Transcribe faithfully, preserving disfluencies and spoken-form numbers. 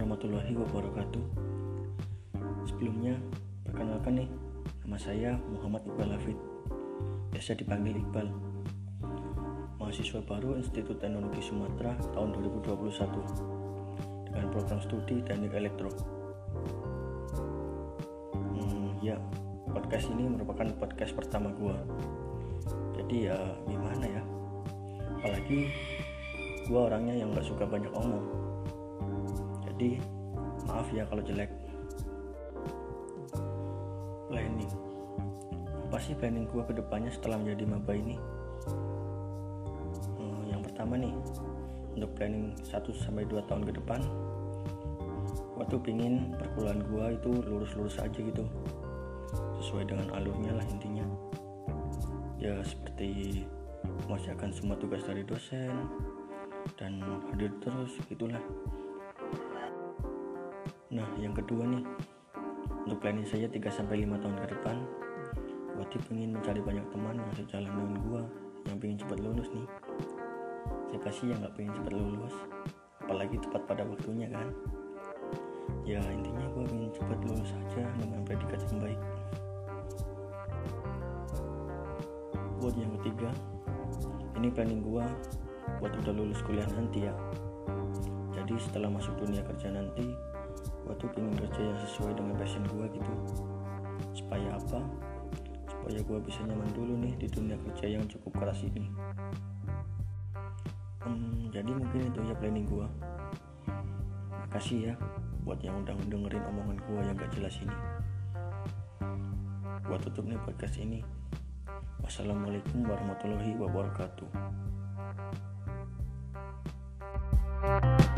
warahmatullahi wabarakatuh. Sebelumnya, perkenalkan nih, nama saya Muhammad Iqbal Hafid, biasa dipanggil Iqbal. Mahasiswa baru Institut Teknologi Sumatera tahun dua ribu dua puluh satu dengan program studi Teknik Elektro. Hmm, ya, podcast ini merupakan podcast pertama gua. Jadi ya gimana ya? Apalagi gua orangnya yang gak suka banyak omong. Jadi maaf ya kalau jelek. Planning. Apa sih planning gue ke depannya setelah menjadi maba ini? Hmm, yang pertama nih, untuk planning satu sampai dua tahun ke depan, gue tuh pingin perkuliahan gue itu lurus-lurus aja gitu, sesuai dengan alurnya lah intinya. Ya seperti mengerjakan semua tugas dari dosen dan hadir terus gitulah. Nah, yang kedua nih, untuk planning saya tiga sampai lima tahun ke depan, gue tuh pengen mencari banyak teman yang sejalan dengan gue, yang pengen cepat lulus nih. Siapa sih yang gak pengen cepat lulus, apalagi tepat pada waktunya kan. Ya intinya gue pengen cepat lulus aja dengan predikat yang baik. Buat yang ketiga, ini planning gue buat udah lulus kuliah nanti ya. Jadi setelah masuk dunia kerja nanti, gue tuh pengen kerja yang sesuai dengan passion gue gitu. Supaya apa? Supaya gue bisa nyaman dulu nih di dunia kerja yang cukup keras ini. hmm, Jadi mungkin itu ya planning gue. Makasih ya buat yang udah dengerin omongan gue yang gak jelas ini. Gue tutup nih podcast ini. Wassalamualaikum warahmatullahi wabarakatuh.